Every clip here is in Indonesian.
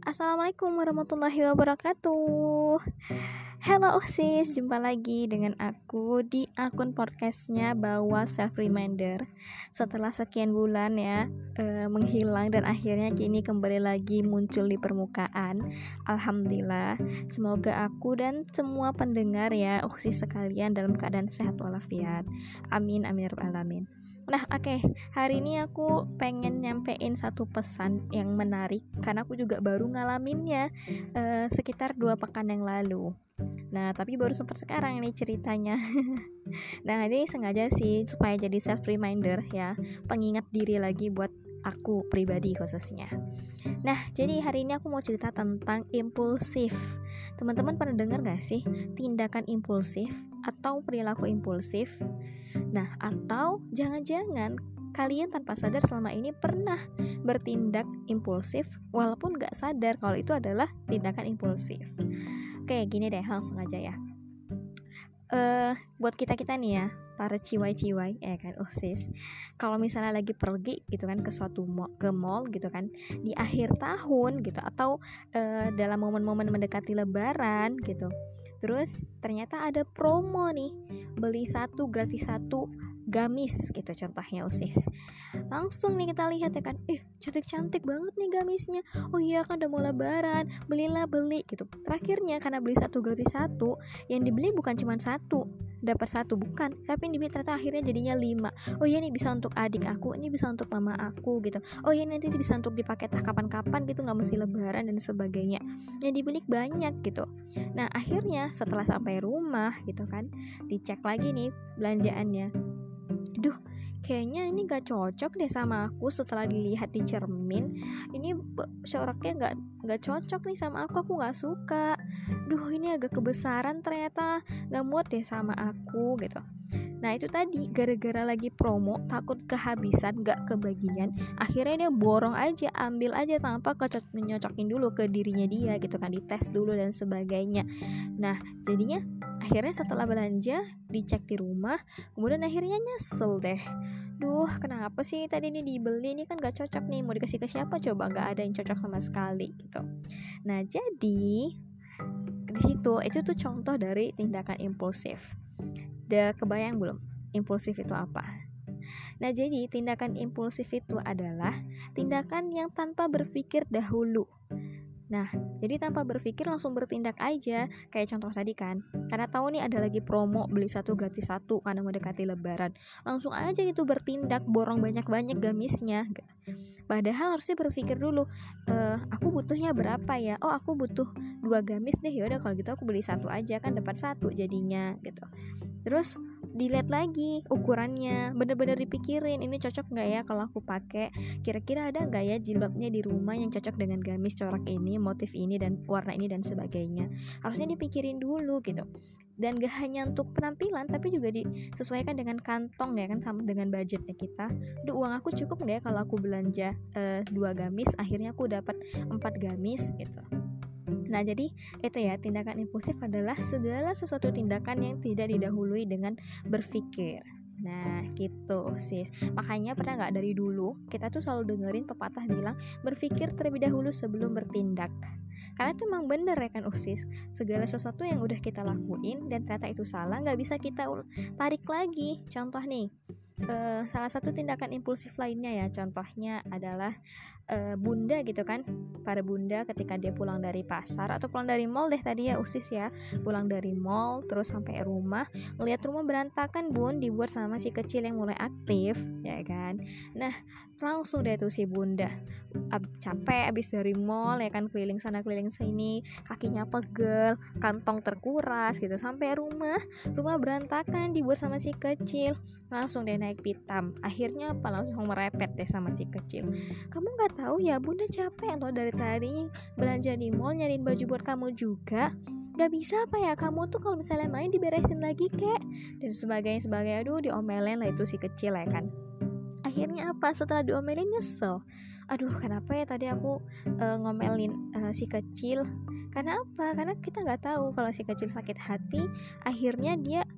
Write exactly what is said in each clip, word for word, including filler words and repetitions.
Assalamualaikum warahmatullahi wabarakatuh. Halo sis, jumpa lagi dengan aku di akun podcastnya Bawa Self Reminder. Setelah sekian bulan ya eh, menghilang dan akhirnya kini kembali lagi muncul di permukaan. Alhamdulillah, semoga aku dan semua pendengar ya sis sekalian dalam keadaan sehat walafiat. Amin amin ya rabbal alamin. Nah oke, okay. Hari ini aku pengen nyampein satu pesan yang menarik karena aku juga baru ngalaminnya uh, sekitar dua pekan yang lalu. Nah tapi baru sempat sekarang nih ceritanya. Nah ini sengaja sih supaya jadi self reminder ya, pengingat diri lagi buat aku pribadi khususnya. Nah jadi hari ini aku mau cerita tentang impulsif. Teman-teman pernah dengar gak sih tindakan impulsif atau perilaku impulsif? Nah, atau jangan-jangan kalian tanpa sadar selama ini pernah bertindak impulsif walaupun gak sadar kalau itu adalah tindakan impulsif. Oke, gini deh, langsung aja ya. Uh, buat kita-kita nih ya, para ciwai-ciwai, ya kan, oh sis, kalau misalnya lagi pergi gitu kan ke suatu mall, ke mall gitu kan, di akhir tahun gitu, atau uh, dalam momen-momen mendekati lebaran gitu, terus ternyata ada promo nih, beli satu gratis satu gamis gitu contohnya usis. Langsung nih kita lihat ya kan, eh cantik-cantik banget nih gamisnya. Oh iya kan udah mau lebaran, belilah beli gitu. Terakhirnya karena beli satu gratis satu, yang dibeli bukan cuma satu, dapat satu bukan, tapi yang dibeli ternyata akhirnya jadinya lima. Oh iya nih bisa untuk adik aku, ini bisa untuk mama aku gitu. Oh iya nanti bisa untuk dipakai tah kapan-kapan gitu, nggak mesti lebaran dan sebagainya. Yang dibeli banyak gitu. Nah akhirnya setelah sampai rumah gitu kan, dicek lagi nih belanjaannya. Duh, kayaknya ini gak cocok deh sama aku. Setelah dilihat di cermin, ini coraknya gak, gak cocok nih sama aku. Aku gak suka. Duh, ini agak kebesaran ternyata, gak muat deh sama aku gitu. Nah itu tadi, gara-gara lagi promo, takut kehabisan, gak kebagian, akhirnya dia borong aja, ambil aja tanpa kecocok nyocokin dulu ke dirinya dia gitu kan, dites dulu dan sebagainya. Nah jadinya akhirnya setelah belanja, dicek di rumah, kemudian akhirnya nyesel deh. Duh kenapa sih tadi ini dibeli, ini kan gak cocok nih, mau dikasih ke siapa coba, gak ada yang cocok sama sekali gitu. Nah jadi di situ itu tuh contoh dari tindakan impulsif. Udah kebayang belum impulsif itu apa? Nah jadi tindakan impulsif itu adalah tindakan yang tanpa berpikir dahulu. Nah jadi tanpa berpikir langsung bertindak aja. Kayak contoh tadi kan, karena tahu nih ada lagi promo beli satu gratis satu karena mendekati lebaran, langsung aja gitu bertindak, borong banyak-banyak gamisnya. Padahal harusnya berpikir dulu, e, aku butuhnya berapa ya? Oh aku butuh dua gamis deh, yaudah kalau gitu aku beli satu aja kan dapat satu jadinya gitu. Terus dilihat lagi ukurannya, bener-bener dipikirin ini cocok nggak ya kalau aku pakai, kira-kira ada nggak ya jilbabnya di rumah yang cocok dengan gamis corak ini, motif ini dan warna ini dan sebagainya. Harusnya dipikirin dulu gitu. Dan gak hanya untuk penampilan tapi juga disesuaikan dengan kantong ya kan, sama dengan budgetnya kita. Duh uang aku cukup nggak ya kalau aku belanja uh, dua gamis, akhirnya aku dapat empat gamis gitu. Nah jadi itu ya, tindakan impulsif adalah segala sesuatu tindakan yang tidak didahului dengan berpikir. Nah gitu sis. Makanya pernah gak dari dulu kita tuh selalu dengerin pepatah bilang berpikir terlebih dahulu sebelum bertindak. Karena itu emang bener ya kan usis, segala sesuatu yang udah kita lakuin dan ternyata itu salah, gak bisa kita tarik lagi. Contoh nih, Uh, salah satu tindakan impulsif lainnya ya, contohnya adalah uh, bunda gitu kan, para bunda ketika dia pulang dari pasar atau pulang dari mall deh tadi ya usis ya, pulang dari mall terus sampai rumah, melihat rumah berantakan bun, dibuat sama si kecil yang mulai aktif ya kan. Nah langsung deh tuh si bunda Ab- capek abis dari mall ya kan, keliling sana keliling sini, kakinya pegel, kantong terkuras gitu, sampai rumah rumah berantakan dibuat sama si kecil, langsung deh naik pitam. Akhirnya apa, langsung merepet deh sama si kecil. Kamu nggak tahu ya bunda capek loh dari tadi belanja di mall nyariin baju buat kamu juga, gak bisa apa ya kamu tuh kalau misalnya main diberesin lagi kek dan sebagainya sebagainya. Aduh diomelin lah itu si kecil ya kan. Akhirnya apa, setelah diomelin nyesel, aduh kenapa ya tadi aku uh, ngomelin uh, si kecil. Karena apa? Karena kita nggak tahu kalau si kecil sakit hati, akhirnya dia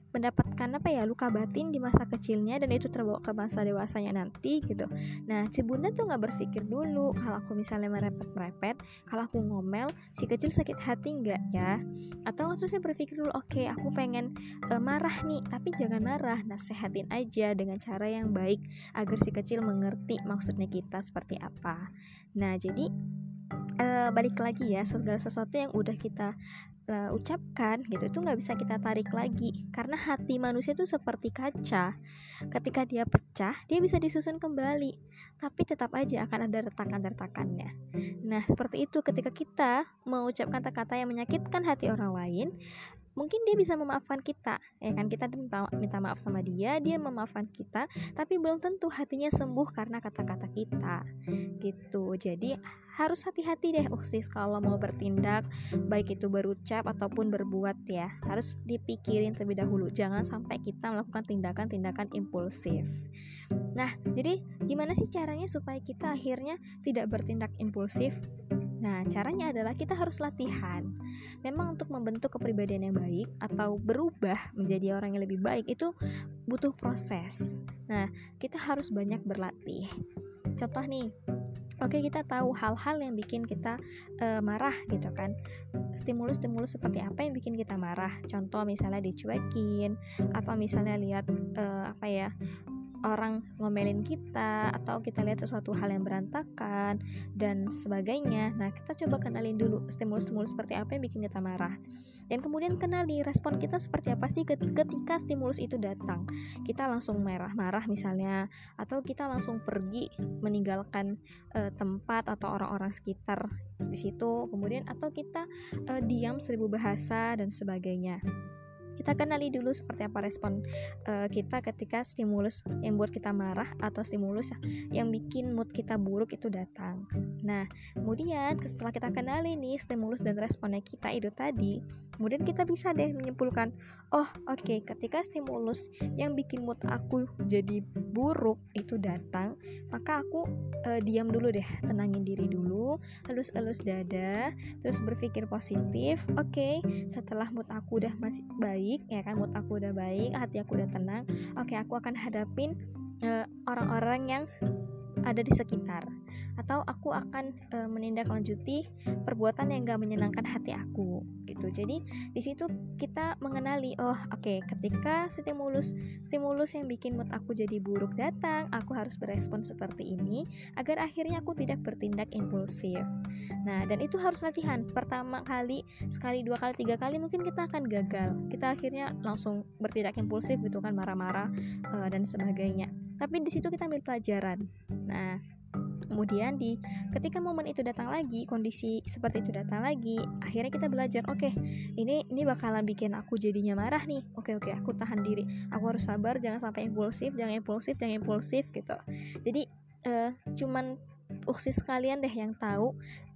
mendapatkan apa ya luka batin di masa kecilnya dan itu terbawa ke masa dewasanya nanti gitu. Nah si bunda tuh nggak berpikir dulu kalau aku misalnya merepet-merepet, kalau aku ngomel si kecil sakit hati nggak ya? Atau terus saya berpikir dulu, oke okay, aku pengen uh, marah nih, tapi jangan marah, nasehatin aja dengan cara yang baik agar si kecil mengerti maksudnya kita seperti apa. Nah jadi uh, balik lagi ya, segala sesuatu yang udah kita Uh, ucapkan gitu itu nggak bisa kita tarik lagi karena hati manusia itu seperti kaca, ketika dia pecah dia bisa disusun kembali tapi tetap aja akan ada retakan-retakannya. Nah seperti itu ketika kita mengucapkan kata-kata yang menyakitkan hati orang lain, mungkin dia bisa memaafkan kita, ya kan, kita minta, minta maaf sama dia, dia memaafkan kita, tapi belum tentu hatinya sembuh karena kata-kata kita, gitu. Jadi harus hati-hati deh uksis kalau mau bertindak, baik itu berucap ataupun berbuat ya, harus dipikirin terlebih dahulu, jangan sampai kita melakukan tindakan-tindakan impulsif. Nah, jadi gimana sih caranya supaya kita akhirnya tidak bertindak impulsif? Nah, caranya adalah kita harus latihan. Memang untuk membentuk kepribadian yang baik atau berubah menjadi orang yang lebih baik itu butuh proses. Nah, kita harus banyak berlatih. Contoh nih, oke okay, kita tahu hal-hal yang bikin kita uh, marah gitu kan. Stimulus-stimulus seperti apa yang bikin kita marah? Contoh misalnya dicuekin, atau misalnya lihat uh, apa ya orang ngomelin kita, atau kita lihat sesuatu hal yang berantakan dan sebagainya. Nah, kita coba kenalin dulu stimulus-stimulus seperti apa yang bikin kita marah. Dan kemudian kenali respon kita seperti apa sih ketika stimulus itu datang. Kita langsung marah-marah misalnya, atau kita langsung pergi meninggalkan e, tempat atau orang-orang sekitar di situ. Kemudian atau kita e, diam seribu bahasa dan sebagainya. Kita kenali dulu seperti apa respon uh, kita ketika stimulus yang buat kita marah atau stimulus yang bikin mood kita buruk itu datang. Nah, kemudian setelah kita kenali nih stimulus dan responnya kita itu tadi, kemudian kita bisa deh menyimpulkan, oh oke, okay, ketika stimulus yang bikin mood aku jadi buruk itu datang, maka aku uh, diam dulu deh, tenangin diri dulu, elus-elus dada, terus berpikir positif. Oke, okay, setelah mood aku udah masih baik, ya kan, mood aku udah baik, hati aku udah tenang, oke, aku akan hadapin uh, orang-orang yang ada di sekitar, atau aku akan uh, menindaklanjuti perbuatan yang gak menyenangkan hati aku gitu. Jadi di situ kita mengenali, oh oke, okay, ketika stimulus stimulus yang bikin mood aku jadi buruk datang, aku harus berespon seperti ini agar akhirnya aku tidak bertindak impulsif. Nah, dan itu harus latihan. Pertama kali, sekali, dua kali, tiga kali mungkin kita akan gagal. Kita akhirnya langsung bertindak impulsif gitu kan, marah-marah uh, dan sebagainya. Tapi di situ kita ambil pelajaran. Nah, kemudian di ketika momen itu datang lagi, kondisi seperti itu datang lagi, akhirnya kita belajar, oke, okay, ini ini bakalan bikin aku jadinya marah nih. Oke, okay, oke, okay, aku tahan diri. Aku harus sabar, jangan sampai impulsif, jangan impulsif, jangan impulsif gitu. Jadi uh, cuman uksis kalian deh yang tahu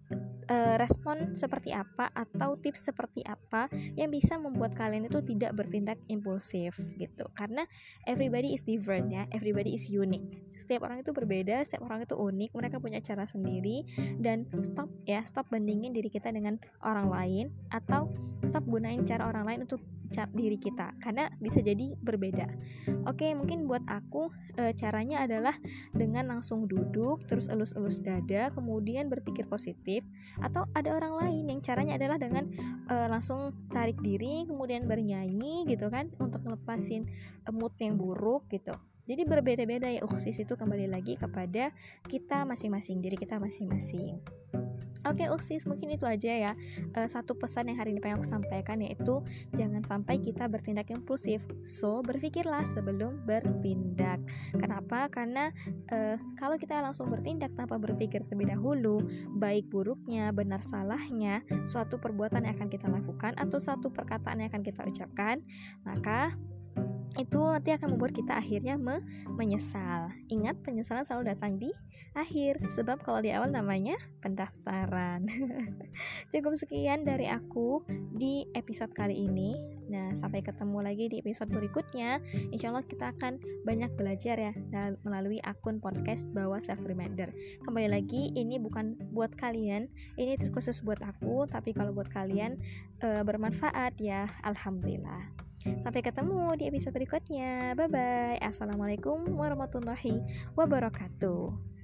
Uh, respon seperti apa atau tips seperti apa yang bisa membuat kalian itu tidak bertindak impulsif gitu. Karena everybody is different ya, everybody is unique. Setiap orang itu berbeda, setiap orang itu unik, mereka punya cara sendiri. Dan stop ya, stop bandingin diri kita dengan orang lain, atau stop gunain cara orang lain untuk diri kita, karena bisa jadi berbeda. Oke, mungkin buat aku e, caranya adalah dengan langsung duduk, terus elus-elus dada, kemudian berpikir positif. Atau ada orang lain yang caranya adalah dengan e, langsung tarik diri, kemudian bernyanyi gitu kan, untuk ngelepasin e, mood yang buruk gitu. Jadi berbeda-beda ya uksis itu, kembali lagi kepada kita masing-masing, diri kita masing-masing. Oke uksis, mungkin itu aja ya e, satu pesan yang hari ini pengen aku sampaikan, yaitu jangan sampai kita bertindak impulsif. So, berpikirlah sebelum bertindak. Kenapa? Karena e, kalau kita langsung bertindak tanpa berpikir terlebih dahulu, baik buruknya, benar salahnya suatu perbuatan yang akan kita lakukan atau suatu perkataan yang akan kita ucapkan, maka itu nanti akan membuat kita akhirnya me- menyesal. Ingat, penyesalan selalu datang di akhir, sebab kalau di awal namanya pendaftaran. Cukup sekian dari aku di episode kali ini. Nah, sampai ketemu lagi di episode berikutnya. Insya Allah kita akan banyak belajar ya melalui akun podcast Bawa Self Reminder. Kembali lagi, ini bukan buat kalian, ini terkhusus buat aku. Tapi kalau buat kalian e, bermanfaat ya, alhamdulillah. Sampai ketemu di episode berikutnya. Bye bye. Assalamualaikum warahmatullahi wabarakatuh.